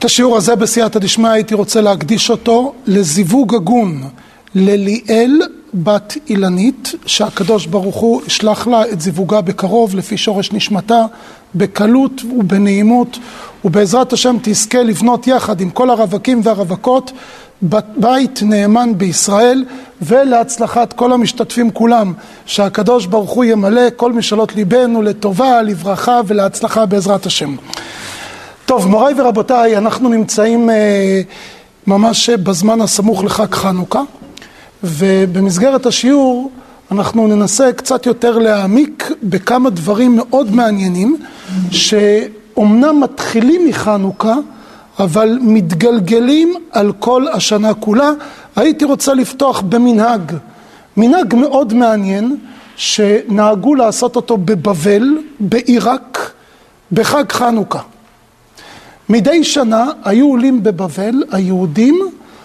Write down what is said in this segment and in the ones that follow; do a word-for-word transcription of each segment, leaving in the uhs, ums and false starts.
השיעור הזה בסייעתא דשמיא הייתי רוצה להקדיש אותו לזיווג הגון לליאל בת אילנית, שהקדוש ברוך הוא ישלח לה את זיווגה בקרוב לפי שורש נשמתה, בקלות ובנעימות, ובעזרת השם תזכה לבנות יחד עם כל הרווקים והרווקות בית נאמן בישראל, ולהצלחת כל המשתתפים כולם, שהקדוש ברוך הוא ימלא כל משאלות ליבנו לטובה, לברכה ולהצלחה בעזרת השם. טוב, מוריי ורבותיי, אנחנו נמצאים אה, ממש בזמן הסמוך לחג חנוכה, ובמסגרת השיעור אנחנו ננסה קצת יותר להעמיק בכמה דברים מאוד מעניינים, שאומנם מתחילים מחנוכה, אבל מתגלגלים על כל השנה כולה. הייתי רוצה לפתוח במנהג, מנהג מאוד מעניין, שנהגו לעשות אותו בבבל, בעיראק, בחג חנוכה. מדי שנה היו עולים בבבל היהודים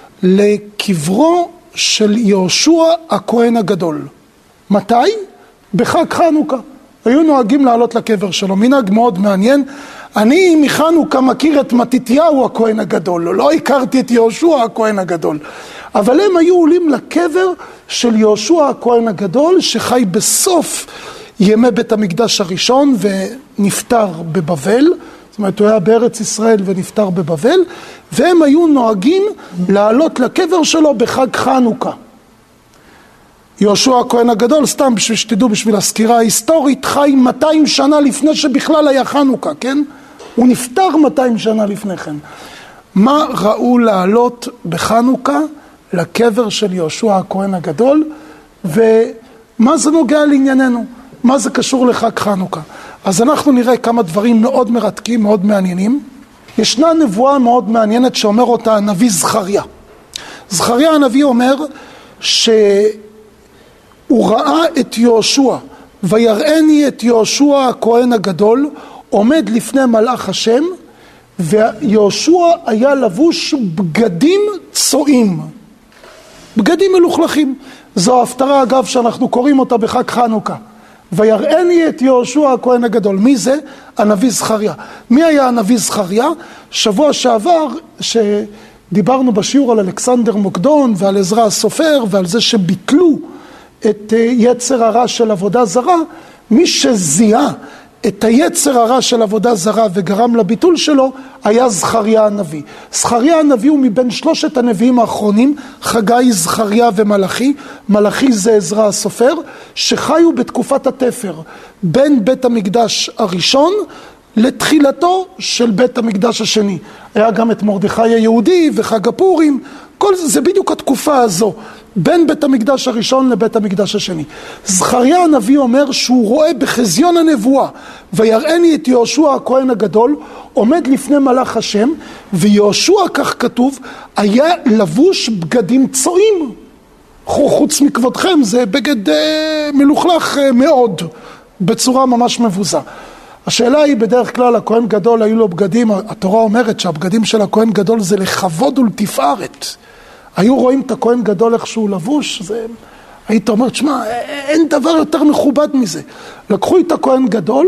לקברו של יהושע הכהן הגדול. מתי? בחג חנוכה. היו נוהגים לעלות לקבר שלו, מנהג מאוד מעניין. אני מחנוכה מכיר את מתתיהו הכהן הגדול, לא הכרתי את יהושע הכהן הגדול. אבל הם היו עולים לקבר של יהושע הכהן הגדול, שחי בסוף ימי בית המקדש הראשון ונפטר בבבל. זאת אומרת, הוא היה בארץ ישראל ונפטר בבבל, והם היו נוהגים לעלות לקבר שלו בחג חנוכה. יהושע הכהן הגדול, סתם בשביל שתדעו, בשביל הסקירה ההיסטורית, חי מאתיים שנה לפני שבכלל היה חנוכה, כן? הוא נפטר מאתיים שנה לפני כן. מה ראו לעלות בחנוכה לקבר של יהושע הכהן הגדול, ומה זה נוגע לענייננו? מה זה קשור לחג חנוכה? אז אנחנו נראה כמה דברים מאוד מרתקים, מאוד מעניינים. ישנה נבואה מאוד מעניינת שאומר אותה הנביא זכריה. זכריה הנביא אומר שהוא ראה את יהושע, ויראני את יהושע הכהן הגדול, עומד לפני מלאך השם, ויהושע היה לבוש בגדים צועים, בגדים מלוכלכים. זו ההפטרה אגב שאנחנו קוראים אותה בחג חנוכה. ויראני את יהושע הכהן הגדול. מי זה? הנביא זכריה. מי היה הנביא זכריה? שבוע שעבר שדיברנו בשיעור על אלכסנדר מוקדון ועל עזרא הסופר ועל זה שביטלו את יצר הרע של עבודה זרה, מי שזיהה את היצר הרע של עבודה זרה וגרם לביטול שלו היה זכריה הנביא. זכריה הנביא הוא מבין שלושת הנביאים האחרונים, חגי, זכריה ומלאכי. מלאכי זה עזרא הסופר, שחיו בתקופת התפר בין בית המקדש הראשון לתחילתו של בית המקדש השני. היה גם את מרדכי היהודי וחג הפורים, כל זה, זה בדיוק התקופה הזו, בין בית המקדש הראשון לבית המקדש השני. זכריה הנביא אומר שהוא רואה בחזיון הנבואה, ויראני את יהושע הכהן הגדול, עומד לפני מלאך השם, ויהושע, כך כתוב, היה לבוש בגדים צועים. חוץ מכבודכם, זה בגד אה, מלוכלך אה, מאוד, בצורה ממש מבוזה. השאלה היא, בדרך כלל הכהן גדול היו לו בגדים, התורה אומרת שהבגדים של הכהן גדול זה לכבוד ולתפארת. היו רואים את הכהן גדול איך שהוא לבוש, זה, היית אומרת, שמה, אין דבר יותר מכובד מזה. לקחו את הכהן גדול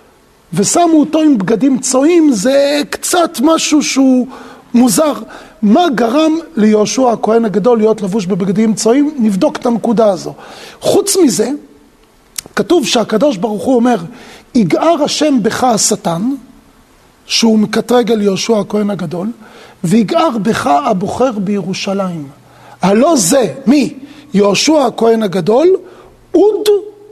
ושמו אותו עם בגדים צועים, זה קצת משהו שהוא מוזר. מה גרם ליהושע הכהן הגדול להיות לבוש בבגדים צועים? נבדוק את הנקודה הזו. חוץ מזה, כתוב שהקדוש ברוך הוא אומר, יגער השם בך השטן, שהוא מקטרג על יהושע הכהן הגדול, ויגער בך הבוחר בירושלים. הלא זה, מי? יהושע הכהן הגדול, אוד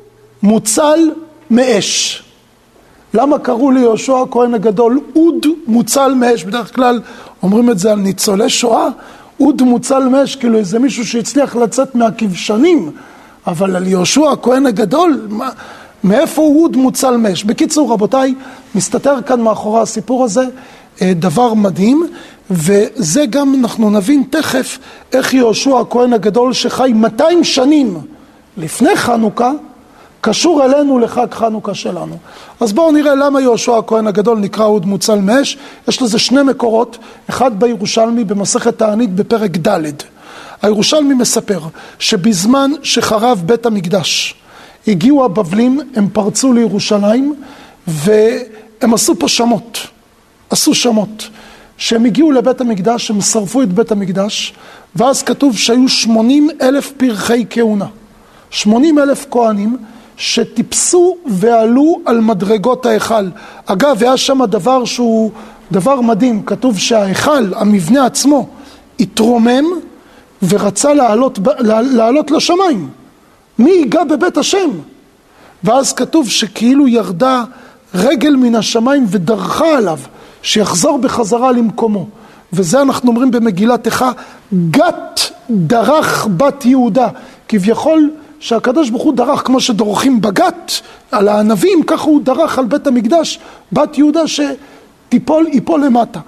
מוצל מאש. למה קראו ליהושע הכהן הגדול אוד מוצל מאש? בדרך כלל אומרים את זה על ניצולי שואה, אוד מוצל מאש, כאילו איזה מישהו שהצליח לצאת מהכבשנים, אבל על יהושע הכהן הגדול, מה, מאיפה הוא אוד מוצל מאש? בקיצור, רבותיי, מסתתר כאן מאחורי הסיפור הזה דבר מדהים, וזה גם אנחנו נבין תכף איך יהושע הכהן הגדול שחי מאתיים שנים לפני חנוכה, קשור אלינו לחג חנוכה שלנו. אז בואו נראה למה יהושע הכהן הגדול נקרא אוד מוצל מאש. יש לזה שני מקורות, אחד בירושלמי במסכת תענית בפרק ד'. הירושלמי מספר שבזמן שחרב בית המקדש הגיעו הבבלים, הם פרצו לירושלים והם עשו פה שמות, עשו שמות שהם הגיעו לבית המקדש, הם שרפו את בית המקדש, ואז כתוב שהיו שמונים אלף פרחי כהונה. שמונים אלף כהנים שטיפסו ועלו על מדרגות ההיכל. אגב, היה שם דבר שהוא דבר מדהים, כתוב שההיכל, המבנה עצמו, התרומם ורצה לעלות, לעלות לשמיים. מי ייגע בבית השם? ואז כתוב שכאילו ירדה רגל מן השמיים ודרכה עליו, שיחזור בחזרה למקומו. וזה אנחנו אומרים במגילת איכה, גת דרך בת יהודה. כביכול שהקדוש ברוך הוא דרך כמו שדורכים בגת על הענבים, ככה הוא דרך על בית המקדש, בת יהודה שתיפול, ייפול למטה.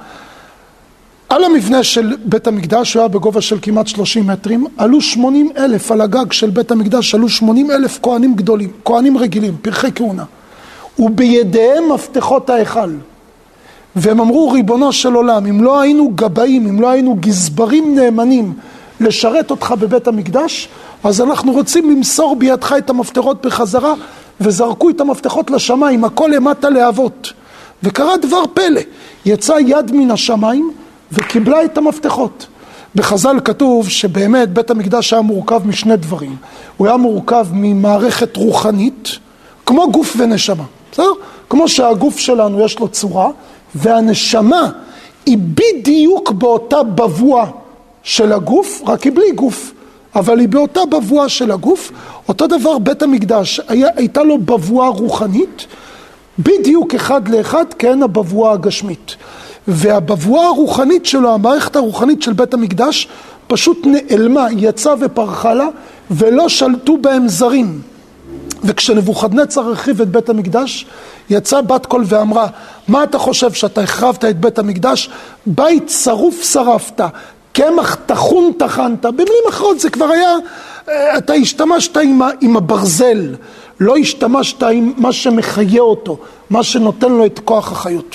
על המבנה של בית המקדש, הוא היה בגובה של כמעט שלושים מטרים, עלו שמונים אלף, על הגג של בית המקדש עלו שמונים אלף כהנים גדולים, כהנים רגילים, פרחי כהונה. ובידיהם מפתחות ההיכל. והם אמרו, ריבונו של עולם, אם לא היינו גבאים, אם לא היינו גזברים נאמנים לשרת אותך בבית המקדש, אז אנחנו רוצים למסור בידך את המפתחות בחזרה, וזרקו את המפתחות לשמיים, הכל למטה להבות. וקרה דבר פלא, יצא יד מן השמיים וקיבלה את המפתחות. בחז"ל כתוב שבאמת בית המקדש היה מורכב משני דברים. הוא היה מורכב ממערכת רוחנית, כמו גוף ונשמה. בסדר? כמו שהגוף שלנו יש לו צורה, והנשמה היא בדיוק באותה בבואה של הגוף, רק היא בלי גוף, אבל היא באותה בבואה של הגוף. אותו דבר בית המקדש, היה, הייתה לו בבואה רוחנית, בדיוק אחד לאחד כן הבבואה הגשמית. והבבואה הרוחנית שלו, המערכת הרוחנית של בית המקדש, פשוט נעלמה, יצאה ופרחה לה, ולא שלטו בהם זרים. וכשנבוכדנצר הרחיב את בית המקדש, יצא בת קול ואמרה, מה אתה חושב שאתה החרבת את בית המקדש? בית שרוף שרפת, קמח תחון תחנת. במילים אחרות זה כבר היה, אתה השתמשת עם, עם הברזל, לא השתמשת עם מה שמחיה אותו, מה שנותן לו את כוח החיות.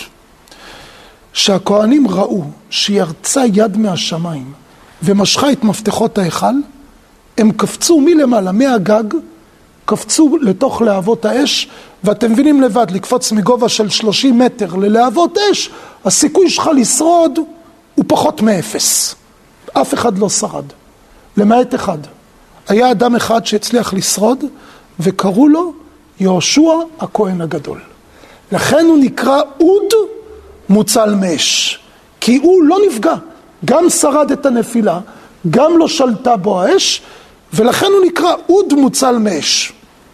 שהכהנים ראו שירצה יד מהשמיים ומשכה את מפתחות ההיכל, הם קפצו מלמעלה, מהגג, קפצו לתוך להבות האש, ואתם מבינים לבד, לקפוץ מגובה של שלושים מטר ללהבות אש, הסיכוי שלך לשרוד הוא פחות מאפס. אף אחד לא שרד, למעט אחד. היה אדם אחד שהצליח לשרוד, וקראו לו יהושע הכהן הגדול. לכן הוא נקרא אוד מוצל מאש, כי הוא לא נפגע, גם שרד את הנפילה, גם לא שלטה בו האש, ולכן הוא נקרא אוד מוצל מאש.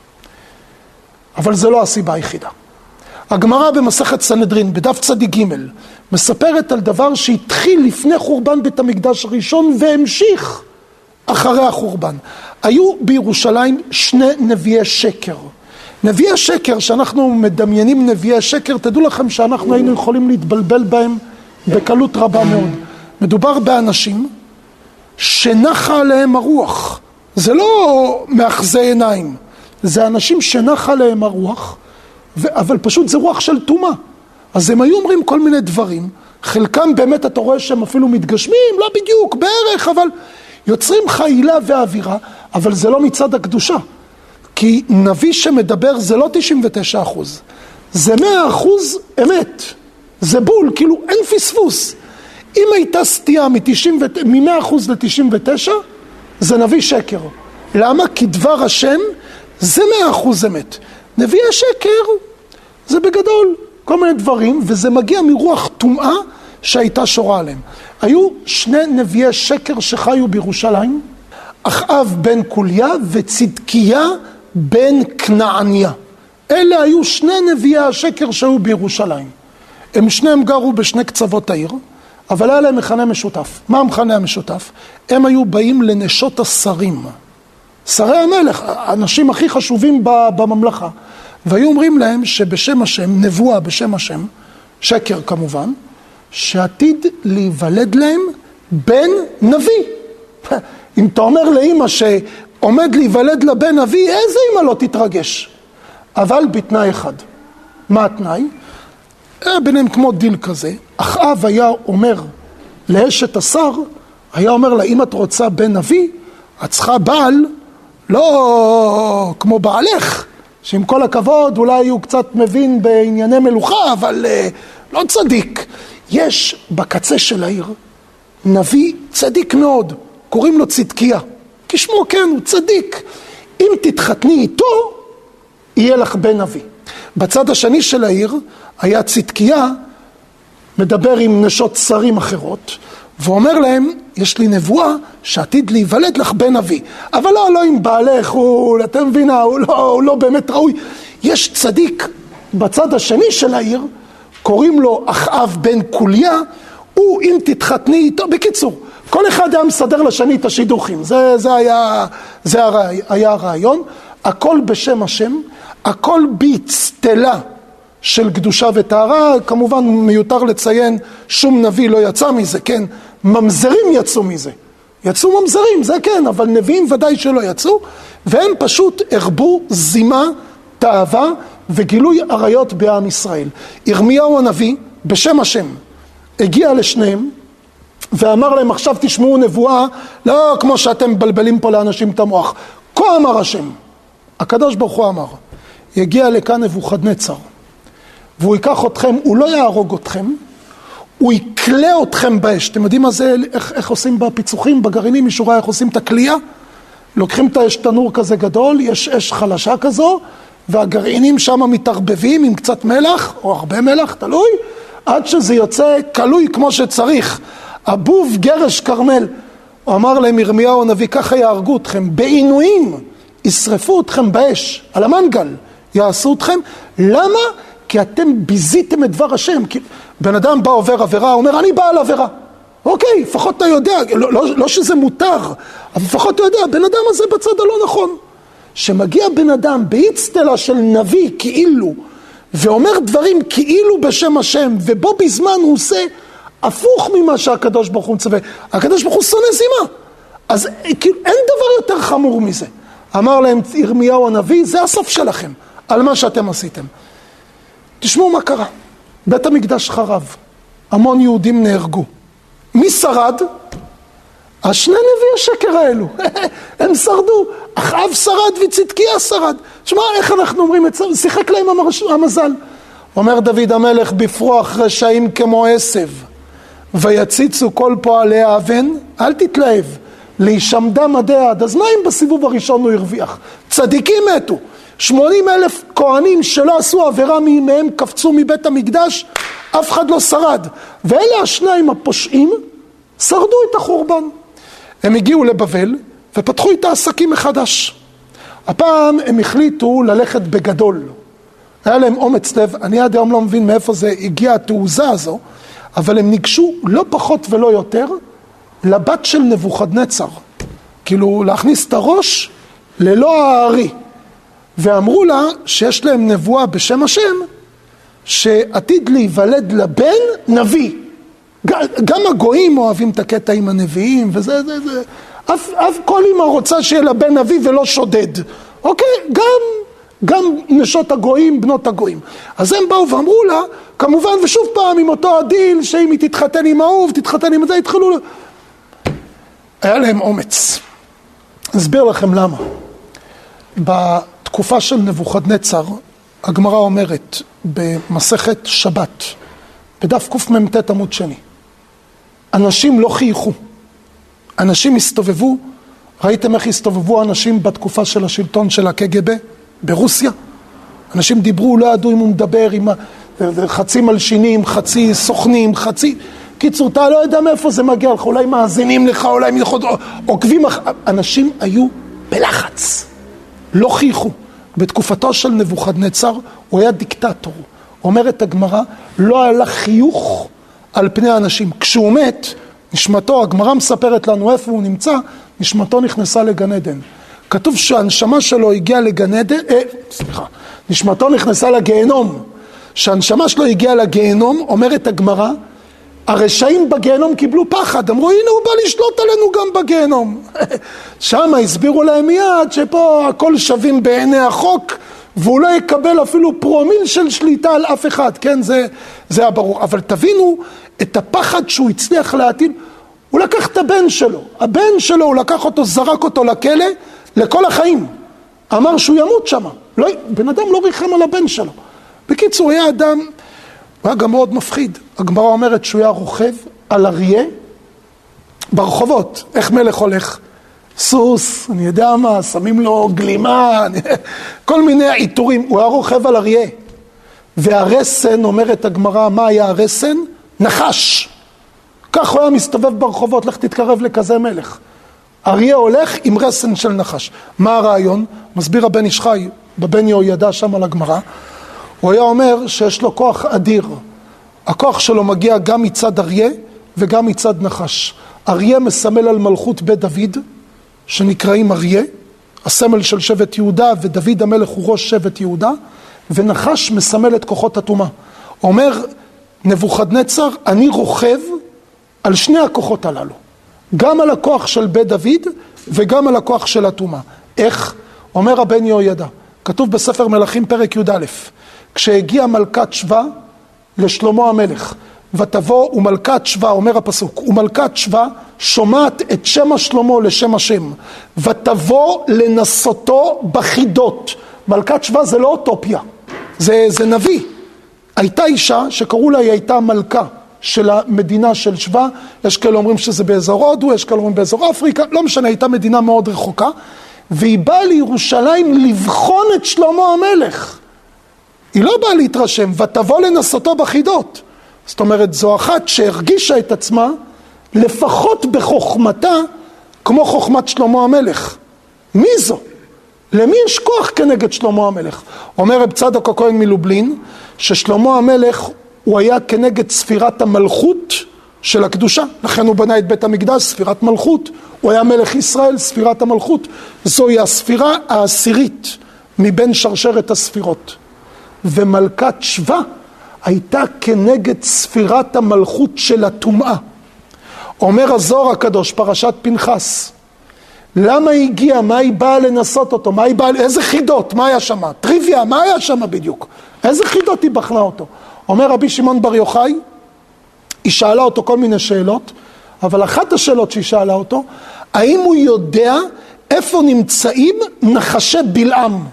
אבל זה לא הסיבה היחידה. הגמרא במסכת סנהדרין, בדף צדיק ג', מספרת על דבר שהתחיל לפני חורבן בית המקדש הראשון והמשיך אחרי החורבן. היו בירושלים שני נביאי שקר. נביאי שקר, שאנחנו מדמיינים נביאי שקר, תדעו לכם שאנחנו היינו יכולים להתבלבל בהם בקלות רבה מאוד. מדובר באנשים שנחה עליהם הרוח. זה לא מאחזי עיניים, זה אנשים שנחה עליהם הרוח, אבל פשוט זה רוח של תומה. אז הם היו אומרים כל מיני דברים, חלקם באמת אתה רואה שהם אפילו מתגשמים, לא בדיוק, בערך, אבל יוצרים חיילה ואווירה, אבל זה לא מצד הקדושה. כי נביא שמדבר זה לא תשעים ותשעה אחוז, זה מאה אחוז אמת. זה בול, כאילו אין פספוס. אם הייתה סטייה מ-מאה אחוז ל-תשעים ותשע, זה נביא שקר. למה? כי דבר השם זה מאה אחוז אמת. נביא השקר זה בגדול כל מיני דברים, וזה מגיע מרוח טומאה שהייתה שורה עליהם. היו שני נביאי שקר שחיו בירושלים, אחאב בן קוליה וצדקיה בן כנעניה. אלה היו שני נביאי השקר שהיו בירושלים. הם שניהם גרו בשני קצוות העיר, אבל היה להם מכנה משותף. מה המכנה המשותף? הם היו באים לנשות השרים. שרי המלך, האנשים הכי חשובים בממלכה. והיו אומרים להם שבשם השם, נבואה בשם השם, שקר כמובן, שעתיד להיוולד להם בן נביא. אם אתה אומר לאמא שעומד להיוולד לבן נביא, איזה אמא לא תתרגש? אבל בתנאי אחד. מה התנאי? ביניהם כמו דיל כזה. אחאב היה אומר לאשת השר, היה אומר לה, אם את רוצה בן נביא, את צריכה בעל, לא כמו בעלך, שעם כל הכבוד אולי הוא קצת מבין בענייני מלוכה, אבל uh, לא צדיק. יש בקצה של העיר נביא צדיק מאוד, קוראים לו צדקיה. כשמו כן, הוא צדיק. אם תתחתני איתו, יהיה לך בן נביא. בצד השני של העיר היה צדקיה, מדבר עם נשות שרים אחרות, ואומר להם, יש לי נבואה שעתיד להיוולד לך בן נביא. אבל לא, לא עם בעלך, הוא, אתם מבינה, הוא לא, הוא לא באמת ראוי. יש צדיק בצד השני של העיר, קוראים לו אחאב בן קוליה, הוא אם תתחתני איתו, בקיצור, כל אחד היה מסדר לשני את השידוכים, זה, זה, היה, זה היה הרעיון, הכל בשם השם, הכל באצטלה של קדושה וטהרה, כמובן מיותר לציין, שום נביא לא יצא מזה, כן, ממזרים יצאו מזה, יצאו ממזרים, זה כן, אבל נביאים ודאי שלא יצאו, והם פשוט הרבו זימה, תאווה וגילוי עריות בעם ישראל. ירמיהו הנביא, בשם השם, הגיע לשניהם, ואמר להם, עכשיו תשמעו נבואה, לא כמו שאתם מבלבלים פה לאנשים את המוח. כה אמר השם, הקדוש ברוך הוא אמר, יגיע לכאן נבוכדנצר, והוא ייקח אתכם, הוא לא יהרוג אתכם, הוא יקלה אתכם באש. אתם יודעים מה זה, איך, איך עושים בפיצוחים, בגרעינים, מישורה, איך עושים את הקלייה? לוקחים את האש תנור כזה גדול, יש אש חלשה כזו, והגרעינים שם מתערבבים עם קצת מלח, או הרבה מלח, תלוי, עד שזה יוצא קלוי כמו שצריך. אבוב גרש קרמל, הוא אמר להם ירמיהו הנביא, ככה יהרגו אתכם, בעינויים ישרפו אתכם באש, על המנגל יעשו אתכם. למה? כי אתם ביזיתם את דבר השם. כי בן אדם בא עובר עבירה, אומר אני בעל עבירה. אוקיי, לפחות אתה יודע, לא, לא, לא שזה מותר, אבל לפחות אתה יודע, בן אדם הזה בצד הלא נכון. שמגיע בן אדם באצטלה של נביא כאילו, ואומר דברים כאילו בשם השם, ובו בזמן הוא עושה הפוך ממה שהקדוש ברוך הוא מצווה. הקדוש ברוך הוא שונא זימה. אז כאילו, אין דבר יותר חמור מזה. אמר להם ירמיהו הנביא, זה הסוף שלכם, על מה שאתם עשיתם. תשמעו מה קרה. בית המקדש חרב. המון יהודים נהרגו. מי שרד? השני נביא השקר האלו. הם שרדו. אחאב שרד וצדקיה שרד. תשמע, איך אנחנו אומרים את זה? שיחק להם המזל. אומר דוד המלך, בפרוח רשעים כמו עשב, ויציצו כל פועלי האבן, אל תתלהב, להישמדה מדי עד. אז מה אם בסיבוב הראשון הוא הרוויח? צדיקים מתו. שמונים אלף כהנים שלא עשו עבירה מהם קפצו מבית המקדש, אף אחד לא שרד. ואלה השניים הפושעים שרדו את החורבן. הם הגיעו לבבל ופתחו את העסקים מחדש. הפעם הם החליטו ללכת בגדול. היה להם אומץ לב, אני עד היום לא מבין מאיפה זה הגיע התעוזה הזו, אבל הם ניגשו לא פחות ולא יותר לבת של נבוכדנצר. כאילו להכניס את הראש ללא הארי. ואמרו לה שיש להם נבואה בשם השם, שעתיד להיוולד לבן נביא. גם הגויים אוהבים את הקטע עם הנביאים, וזה, זה, זה. אף, אף כל אמא רוצה שיהיה לה בן נביא ולא שודד. אוקיי? גם, גם נשות הגויים, בנות הגויים. אז הם באו ואמרו לה, כמובן, ושוב פעם עם אותו הדיל, שאם היא תתחתן עם האהוב, תתחתן עם זה, התחילו לה. היה להם אומץ. אסביר לכם למה. בתקופה של נבוכדנצר, הגמרא אומרת במסכת שבת, בדף קמ"ט עמוד שני, אנשים לא חייכו, אנשים הסתובבו, ראיתם איך הסתובבו אנשים בתקופה של השלטון של הקג"ב ברוסיה? אנשים דיברו, לא ידעו אם הוא מדבר, עם חצי מלשינים, חצי סוכנים, חצי... קיצור, אתה לא יודע מאיפה זה מגיע לך, אולי מאזינים לך, אולי עוקבים, אנשים היו בלחץ, לא חייכו. בתקופתו של נבוכדנצר הוא היה דיקטטור. אומרת הגמרא, לא היה חיוך על פני האנשים. כשהוא מת, נשמתו, הגמרא מספרת לנו איפה הוא נמצא, נשמתו נכנסה לגן עדן. כתוב שהנשמה שלו הגיעה לגן עדן, אה, סליחה, נשמתו נכנסה לגיהנום. שהנשמה שלו הגיעה לגיהנום, אומרת הגמרא, הרשעים בגיהנום קיבלו פחד, אמרו הנה הוא בא לשלוט עלינו גם בגיהנום. שם הסבירו להם מיד שפה הכל שווים בעיני החוק, והוא לא יקבל אפילו פרומיל של שליטה על אף אחד, כן, זה, זה הברור. אבל תבינו את הפחד שהוא הצליח להטיל, הוא לקח את הבן שלו, הבן שלו הוא לקח אותו, זרק אותו לכלא, לכל החיים. אמר שהוא ימות שם, לא, בן אדם לא ריחם על הבן שלו. בקיצור, היה אדם, הוא היה גם מאוד מפחיד. הגמרא אומרת שהוא היה רוכב על אריה ברחובות. איך מלך הולך? סוס, אני יודע מה, שמים לו גלימה, כל מיני עיטורים. הוא היה רוכב על אריה. והרסן, אומרת הגמרא, מה היה הרסן? נחש. כך הוא היה מסתובב ברחובות, לך תתקרב לכזה מלך. אריה הולך עם רסן של נחש. מה הרעיון? מסביר הבן איש חי, בבן יהוידע שם על הגמרא. הוא היה אומר שיש לו כוח אדיר. הכוח שלו מגיע גם מצד אריה וגם מצד נחש. אריה מסמל על מלכות בית דוד, שנקראים אריה, הסמל של שבט יהודה, ודוד המלך הוא ראש שבט יהודה, ונחש מסמל את כוחות הטומאה. אומר נבוכדנצר, אני רוכב על שני הכוחות הללו. גם על הכוח של בית דוד וגם על הכוח של הטומאה. איך? אומר הבן יהוידע. כתוב בספר מלכים פרק י"א. כשהגיע מלכת שבא לשלמה המלך, ותבוא ומלכת שבא, אומר הפסוק, ומלכת שבא שומעת את שם השלמה לשם השם, ותבוא לנסותו בחידות. מלכת שבא זה לא אוטופיה, זה, זה נביא. הייתה אישה שקראו לה, היא הייתה מלכה של המדינה של שבא, יש כאלה אומרים שזה באזור הודו, יש כאלה אומרים באזור אפריקה, לא משנה, הייתה מדינה מאוד רחוקה, והיא באה לירושלים לבחון את שלמה המלך. היא לא באה להתרשם, ותבוא לנסותו בחידות. זאת אומרת, זו אחת שהרגישה את עצמה, לפחות בחוכמתה, כמו חוכמת שלמה המלך. מי זו? למי יש כוח כנגד שלמה המלך? אומר רב צדוק הכהן מלובלין, ששלמה המלך הוא היה כנגד ספירת המלכות של הקדושה. לכן הוא בנה את בית המקדש, ספירת מלכות. הוא היה מלך ישראל, ספירת המלכות. זוהי הספירה העשירית מבין שרשרת הספירות. ומלכת שבא הייתה כנגד ספירת המלכות של הטומאה. אומר הזוהר הקדוש, פרשת פנחס, למה היא הגיעה? מה היא באה לנסות אותו? מה היא באה? איזה חידות? מה היה שם? טריוויה, מה היה שם בדיוק? איזה חידות היא בחנה אותו? אומר רבי שמעון בר יוחאי, היא שאלה אותו כל מיני שאלות, אבל אחת השאלות שהיא שאלה אותו, האם הוא יודע איפה נמצאים נחשי בלעם?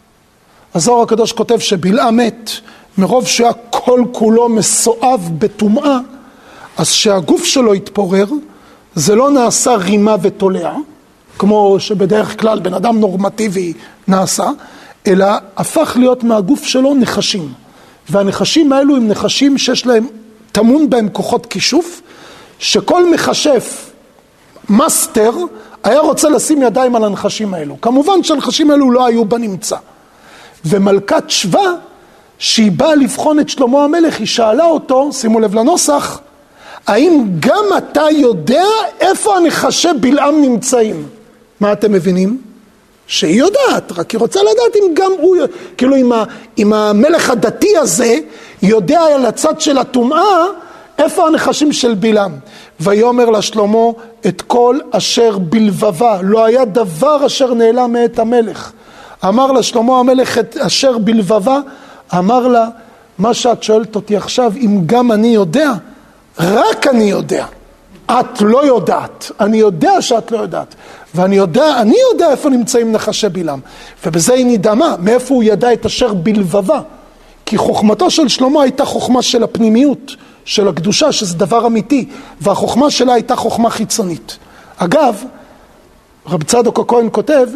הזוהר הקדוש כותב שבלעם מת, מרוב שהיה כל כולו מסואב בטומאה, אז שהגוף שלו התפורר, זה לא נעשה רימה ותולע, כמו שבדרך כלל בן אדם נורמטיבי נעשה, אלא הפך להיות מהגוף שלו נחשים. והנחשים האלו הם נחשים שיש להם, תמון בהם כוחות כישוף, שכל מכשף, מאסטר, היה רוצה לשים ידיים על הנחשים האלו. כמובן שהנחשים האלו לא היו בנמצא. ומלכת שבא, שהיא באה לבחון את שלמה המלך, היא שאלה אותו, שימו לב לנוסח, האם גם אתה יודע איפה הנחשי בלעם נמצאים? מה אתם מבינים? שהיא יודעת, רק היא רוצה לדעת אם גם הוא, כאילו אם, ה, אם המלך הדתי הזה יודע על הצד של הטומאה, איפה הנחשים של בלעם? ויאמר לשלמה את כל אשר בלבבה, לא היה דבר אשר נעלם מאת המלך. אמר לשלמה המלך את אשר בלבבה, אמר לה, מה שאת שואלת אותי עכשיו, אם גם אני יודע, רק אני יודע. את לא יודעת, אני יודע שאת לא יודעת. ואני יודע, אני יודע איפה נמצאים נחשי בלעם. ובזה היא נדהמה, מאיפה הוא ידע את אשר בלבבה. כי חוכמתו של שלמה הייתה חוכמה של הפנימיות, של הקדושה, שזה דבר אמיתי. והחוכמה שלה הייתה חוכמה חיצונית. אגב, רב צדוק הכהן כותב,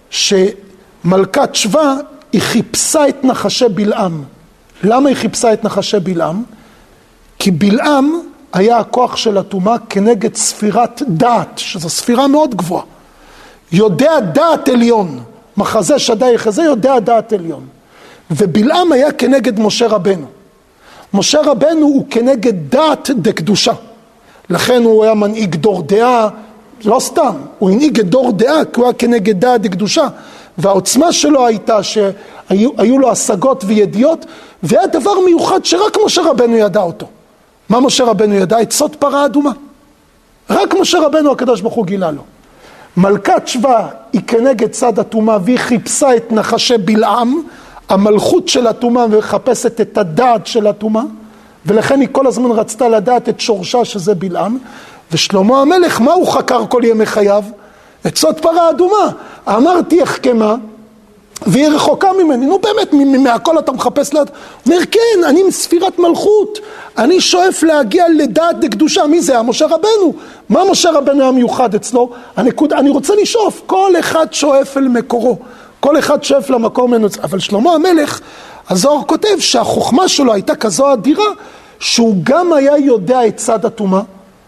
שמלכת שבא, היא חיפשה את נחשי בלעם. למה היא חיפשה את נחשי בלעם? כי בלעם היה הכוח של הטומאה כנגד ספירת דעת, שזו ספירה מאוד גבוהה. יודע דעת עליון, מחזה שדי יחזה, יודע דעת עליון. ובלעם היה כנגד משה רבנו. משה רבנו הוא כנגד דעת דקדושה. לכן הוא היה מנהיג דור דעה, לא סתם, הוא הנהיג את דור דעה, כי הוא היה כנגד דעת דקדושה. והעוצמה שלו הייתה שהיו היו לו השגות וידיעות, והיה דבר מיוחד שרק משה רבנו ידע אותו. מה משה רבנו ידע? את סוד פרה אדומה. רק משה רבנו הקדוש ברוך הוא גילה לו. מלכת שבא היא כנגד צד הטומאה, והיא חיפשה את נחשי בלעם, המלכות של הטומאה מחפשת את הדעת של הטומאה, ולכן היא כל הזמן רצתה לדעת את שורשה שזה בלעם. ושלמה המלך, מה הוא חקר כל ימי חייו? את סוד פרה אדומה. אמרתי אחכמה, והיא רחוקה ממני, נו באמת, מהכל אתה מחפש ליד, הוא אומר כן, אני מספירת מלכות, אני שואף להגיע לדעת דקדושה, מי זה? משה רבנו, מה משה רבנו היה מיוחד אצלו? הנקודה, אני רוצה לשאוף, כל אחד שואף אל מקורו, כל אחד שואף למקור ממנו, אבל שלמה המלך, הזוהר כותב שהחוכמה שלו הייתה כזו אדירה, שהוא גם היה יודע את צד הטומאה.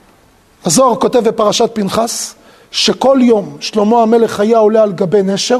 הזוהר כותב בפרשת פנחס, שכל יום שלמה המלך היה עולה על גבי נשר,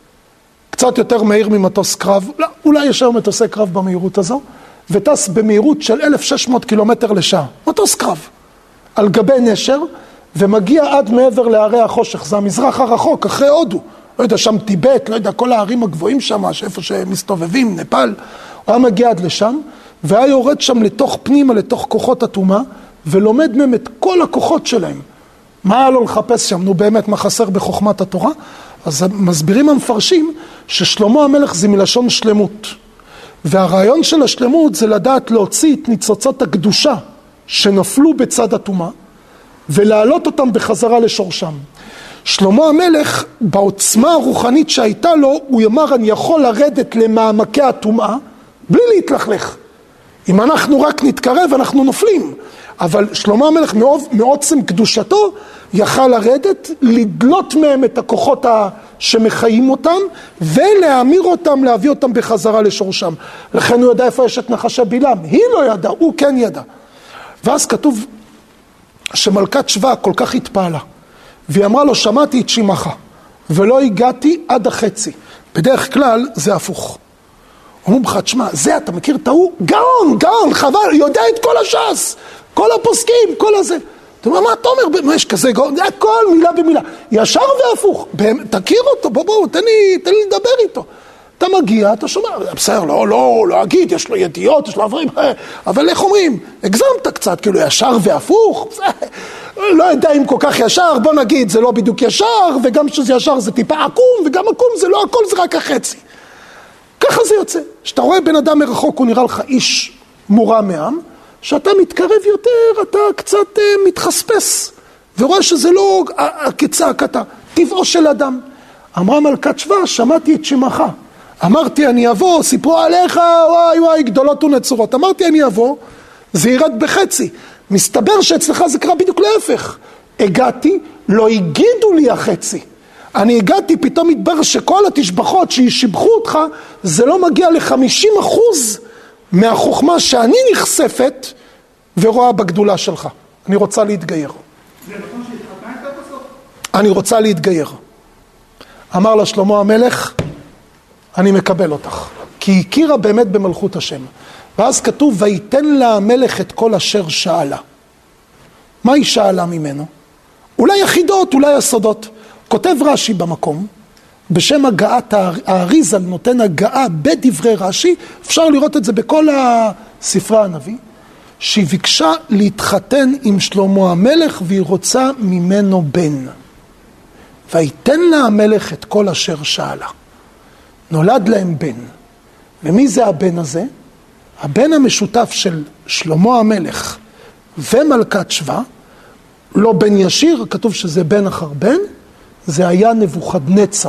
קצת יותר מהיר ממטוס קרב, לא, אולי יש היום מטוסי קרב במהירות הזו, וטס במהירות של אלף ושש מאות קילומטר לשעה, מטוס קרב, על גבי נשר, ומגיע עד מעבר לערי החושך, זה המזרח הרחוק, אחרי הודו, לא יודע, שם טיבט, לא יודע, כל הערים הגבוהים שם, איפה שמסתובבים, נפאל, הוא היה מגיע עד לשם, והיה יורד שם לתוך פנימה, לתוך כוחות הטומאה, ולומד מהם את כל הכוחות שלהם. מה היה לו לחפש שם? נו באמת, מה חסר בחוכמת התורה? אז מסבירים המפרשים ששלמה המלך זה מלשון שלמות. והרעיון של השלמות זה לדעת להוציא את ניצוצות הקדושה שנפלו בצד הטומאה, ולהעלות אותם בחזרה לשורשם. שלמה המלך, בעוצמה הרוחנית שהייתה לו, הוא אמר, אני יכול לרדת למעמקי הטומאה, בלי להתלכלך. אם אנחנו רק נתקרב, אנחנו נופלים. אבל שלמה המלך מעוצם קדושתו, יכל לרדת, לדלות מהם את הכוחות שמחיים אותם, ולהאמיר אותם, להביא אותם בחזרה לשורשם. לכן הוא ידע איפה יש את נחשי בלעם. היא לא ידע, הוא כן ידע. ואז כתוב שמלכת שבא כל כך התפעלה. והיא אמרה לו, שמעתי את שמך, ולא הגעתי עד החצי. בדרך כלל זה הפוך. אומרים לך, תשמע, זה אתה מכיר את ההוא? גאון, גאון, חבל, יודע את כל הש"ס, כל הפוסקים, כל הזה. אתה אומר, מה אתה אומר? מה יש כזה גאון? זה הכל מילה במילה. ישר והפוך, תכיר אותו, בוא בוא, תן לי, תן לי לדבר איתו. אתה מגיע, אתה שומע, בסדר, לא, לא, לא אגיד, יש לו ידיעות, יש לו עברים, אבל איך אומרים? הגזמת קצת, כאילו ישר והפוך, לא יודע אם כל כך ישר, בוא נגיד, זה לא בדיוק ישר, וגם שזה ישר זה טיפה עקום, וגם עקום זה לא הכל, זה רק החצי. ככה זה יוצא. שאתה רואה בן אדם מרחוק, הוא נראה לך איש מורם מעם, שאתה מתקרב יותר, אתה קצת uh, מתחספס, ורואה שזה לא כצעקתה, טבעו של אדם. אמרה מלכת שבא, שמעתי את שמך. אמרתי אני אבוא, סיפרו עליך, וואי וואי, גדולות ונצורות. אמרתי אני אבוא, זה ירד בחצי. מסתבר שאצלך זה קרה בדיוק להפך. הגעתי, לא הגידו לי החצי. אני הגעתי, פתאום התברר שכל התשבחות שישבחו אותך, זה לא מגיע ל-חמישים אחוז מהחוכמה שאני נחשפת ורואה בגדולה שלך. אני רוצה להתגייר. זה נכון שהתחתנה איתה בסוף? אני רוצה להתגייר. אמר לה שלמה המלך, אני מקבל אותך. כי היא הכירה באמת במלכות השם. ואז כתוב, ויתן לה המלך את כל אשר שאלה. מה היא שאלה ממנו? אולי יחידות, אולי הסודות. כותב רש"י במקום, בשם הגעת האריזל נותן הגעה בדברי רש"י, אפשר לראות את זה בכל הספרי הנביא, שהיא ביקשה להתחתן עם שלמה המלך והיא רוצה ממנו בן. ויתן לה המלך את כל אשר שאלה. נולד להם בן. ומי זה הבן הזה? הבן המשותף של שלמה המלך ומלכת שבא, לא בן ישיר, כתוב שזה בן אחר בן, זה היה נבוכדנצר.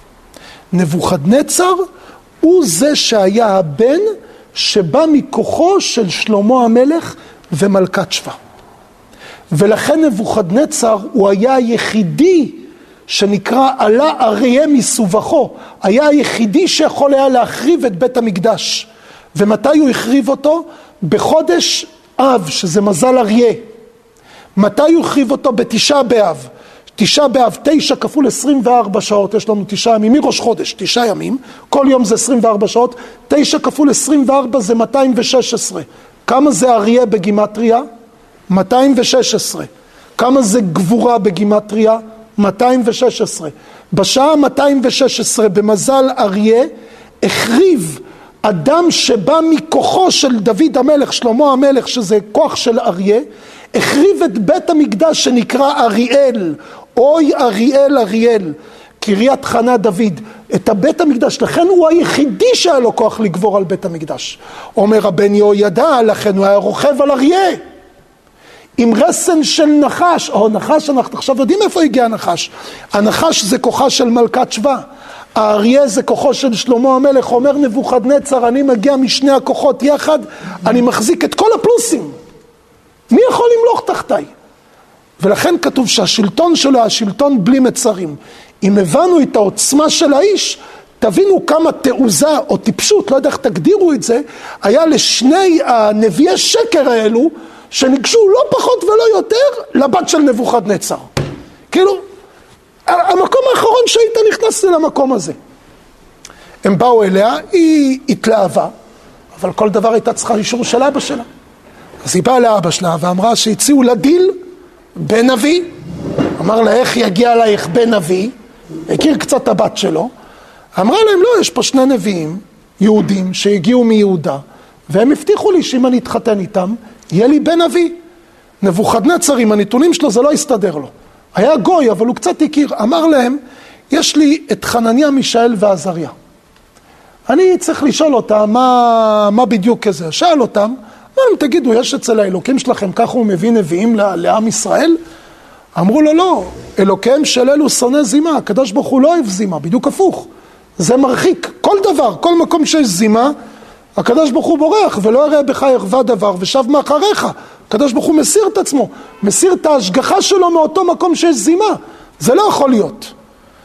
נבוכדנצר הוא זה שהיה הבן שבא מכוחו של שלמה המלך ומלכת שבא. ולכן נבוכדנצר הוא היה היחידי שנקרא עלה אריה מסובכו, היה היחידי שיכול היה להחריב את בית המקדש. ומתי הוא החריב אותו? בחודש אב, שזה מזל אריה. מתי הוא החריב אותו? בתשעה באב. תשעה באב, תשע כפול עשרים וארבע שעות, יש לנו תשעה ימים, מראש חודש, תשעה ימים, כל יום זה עשרים וארבע שעות, תשע כפול עשרים וארבע זה מאתיים ושש עשרה. כמה זה אריה בגימטריה? מאתיים ושש עשרה. כמה זה גבורה בגימטריה? מאתיים ושש עשרה. בשעה מאתיים ושש עשרה במזל אריה, החריב אדם שבא מכוחו של דוד המלך, שלמה המלך, שזה כוח של אריה, החריב את בית המקדש שנקרא אריאל, אוי אריאל אריאל, קריית חנה דוד, את הבית המקדש, לכן הוא היחידי שהיה לו כוח לגבור על בית המקדש. אומר רבן יהוידע, לכן הוא היה רוכב על אריה, עם רסן של נחש, או נחש, אנחנו עכשיו יודעים איפה הגיע הנחש, הנחש זה כוחה של מלכת שבא, האריה זה כוחו של שלמה המלך, אומר נבוכדנצר, אני מגיע משני הכוחות יחד, אני מחזיק את כל הפלוסים. מי יכול למלוך תחתיי? ולכן כתוב שהשלטון שלו, השלטון בלי מצרים. אם הבנו את העוצמה של האיש, תבינו כמה תעוזה או טיפשות, לא יודע איך תגדירו את זה, היה לשני הנביאי שקר האלו, שניגשו לא פחות ולא יותר לבת של נבוכדנצר. כאילו, המקום האחרון שהיית נכנס למקום הזה. הם באו אליה, היא התלהבה, אבל כל דבר הייתה צריכה אישור של אבא שלה. אז היא באה לאבא שלה ואמרה שהציעו לה דיל בן נביא. אמר לה, איך יגיע אלייך בן נביא? הכיר קצת הבת שלו. אמרה להם, לא, יש פה שני נביאים, יהודים, שהגיעו מיהודה, והם הבטיחו לי שאם אני אתחתן איתם, יהיה לי בן נביא. נבוכדנצר, עם הנתונים שלו, זה לא הסתדר לו. היה גוי, אבל הוא קצת הכיר. אמר להם, יש לי את חנניה, מישאל ועזריה. אני צריך לשאול אותם מה, מה בדיוק כזה. שאל אותם, מה הם תגידו, יש אצל האלוקים שלכם, ככה הוא מביא נביאים לעם ישראל? אמרו לו, לא, אלוקיהם של אלו שונא זימה, הקדוש ברוך הוא לא אוהב זימה, בדיוק הפוך. זה מרחיק, כל דבר, כל מקום שיש זימה, הקדוש ברוך הוא בורח, ולא יראה בך ירווה דבר, ושב מאחריך. הקדוש ברוך הוא מסיר את עצמו, מסיר את ההשגחה שלו מאותו מקום שיש זימה. זה לא יכול להיות.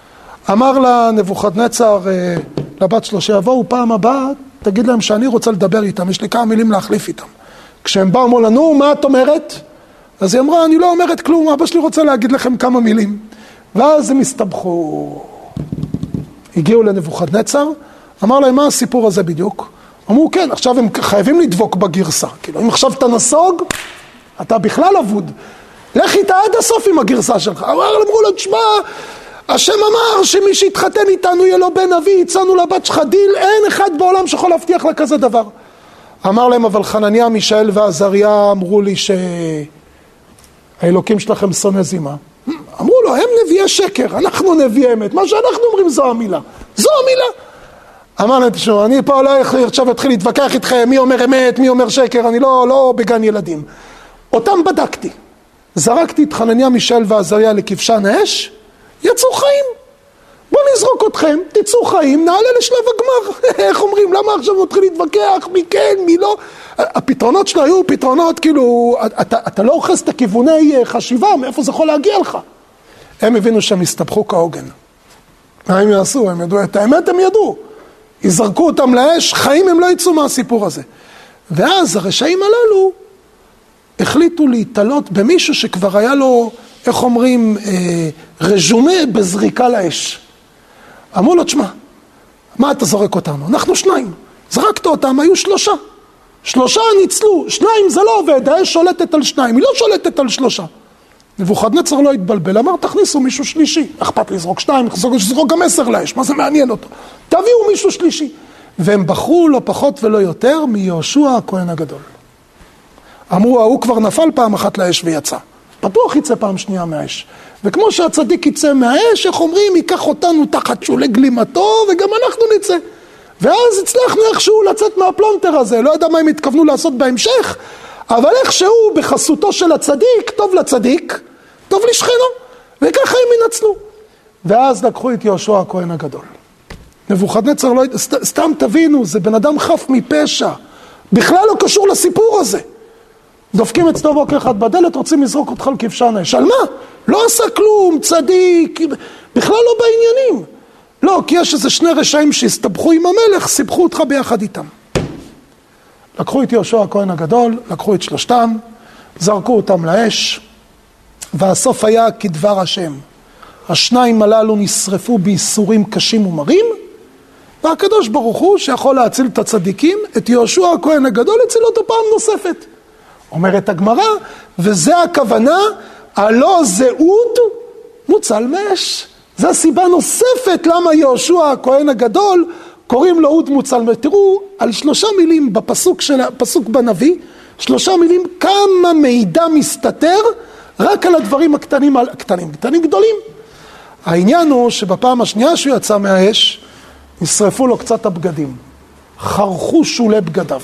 אמר לה נבוכדנצר, לבת שלו, שיבואו פעם הבאה, תגיד להם שאני רוצה לדבר איתם, יש לי כמה מילים להחליף איתם. כשהם באו אמרו לנו, מה את אומרת? אז היא אמרה, אני לא אומרת כלום, אבא שלי רוצה להגיד לכם כמה מילים. ואז הם הסתבכו. הגיעו לנבוכדנצר, אמר להם, מה הסיפור הזה בדיוק? אמרו, כן, עכשיו הם חייבים לדבוק בגרסה. כאילו, אם עכשיו אתה נסוג, אתה בכלל אבוד. לך איתה עד הסוף עם הגרסה שלך. אמרו לו, תשמע, השם אמר שמי שהתחתן איתנו יהיה לו בן נביא, הצענו לבת שלך דיל, אין אחד בעולם שיכול להבטיח לה כזה דבר. אמר להם, אבל חנניה, מישאל ועזריה אמרו לי שהאלוקים שלכם שונא זימה. אמרו לו, הם נביאי שקר, אנחנו נביאי אמת, מה שאנחנו אומרים זו המילה, זו המילה. אמר להם, תשמעו, אני פה לא עכשיו אתחיל להתווכח איתכם, מי אומר אמת, מי אומר שקר, אני לא, לא בגן ילדים. אותם בדקתי, זרקתי את חנניה, מישאל ועזריה לכבשן האש, יצאו חיים. בואו נזרוק אתכם, תצאו חיים, נעלה לשלב הגמר. איך אומרים, למה עכשיו נתחיל להתווכח, מי כן, מי לא? הפתרונות שלו היו פתרונות, כאילו, אתה, אתה לא אוחז את הכיווני חשיבה, מאיפה זה יכול להגיע לך? הם הבינו שהם הסתבכו כהוגן. מה הם יעשו? הם ידעו, את האמת הם ידעו. יזרקו אותם לאש, חיים הם לא יצאו מהסיפור הזה. ואז הרשעים הללו החליטו להתעלות במישהו שכבר היה לו, איך אומרים, אה, רז'ומה בזריקה לאש. אמרו לו, תשמע, מה אתה זורק אותנו? אנחנו שניים. זרקת אותם, היו שלושה. שלושה ניצלו, שניים זה לא עובד, האש שולטת על שניים, היא לא שולטת על שלושה. נבוכדנצר לא התבלבל, אמר, תכניסו מישהו שלישי. אכפת לזרוק שניים, לזרוק גם עשר לאש, מה זה מעניין אותו? תביאו מישהו שלישי. והם בחרו לא פחות ולא יותר מיהושע הכהן הגדול. אמרו, הוא כבר נפל פעם אחת לאש ויצא. בטוח יצא פעם שנייה מהאש. וכמו שהצדיק יצא מהאש, איך אומרים, ייקח אותנו תחת שולי גלימתו, וגם אנחנו נצא. ואז הצלחנו איכשהו לצאת מהפלונטר הזה. לא יודע מה הם התכוונו לעשות בהמשך, אבל איכשהו בחסותו של הצדיק, טוב לצדיק, טוב לשכנו, וככה הם ינצלו. ואז לקחו את יהושע הכהן הגדול. נבוכדנצר לא... סת, סתם תבינו, זה בן אדם חף מפשע. בכלל לא קשור לסיפור הזה. דופקים אצלו בוקר אחד בדלת, רוצים לזרוק אותך לכבשן האש. על מה? לא עשה כלום, צדיק, בכלל לא בעניינים. לא, כי יש איזה שני רשעים שהסתבכו עם המלך, סיבכו אותך ביחד איתם. לקחו את יהושע הכהן הגדול, לקחו את שלושתם, זרקו אותם לאש, והסוף היה כדבר השם. השניים הללו נשרפו בייסורים קשים ומרים, והקדוש ברוך הוא שיכול להציל את הצדיקים, את יהושע הכהן הגדול הציל אותו פעם נוספת. אומרת הגמרא, וזה הכוונה, הלא זהות מוצל מאש. זו הסיבה נוספת למה יהושע הכהן הגדול קוראים לו אוד מוצל מאש. תראו, על שלושה מילים בפסוק של, פסוק בנביא, שלושה מילים כמה מידע מסתתר רק על הדברים הקטנים, הקטנים, קטנים גדולים. העניין הוא שבפעם השנייה שהוא יצא מהאש, נשרפו לו קצת הבגדים. חרכו שולי בגדיו.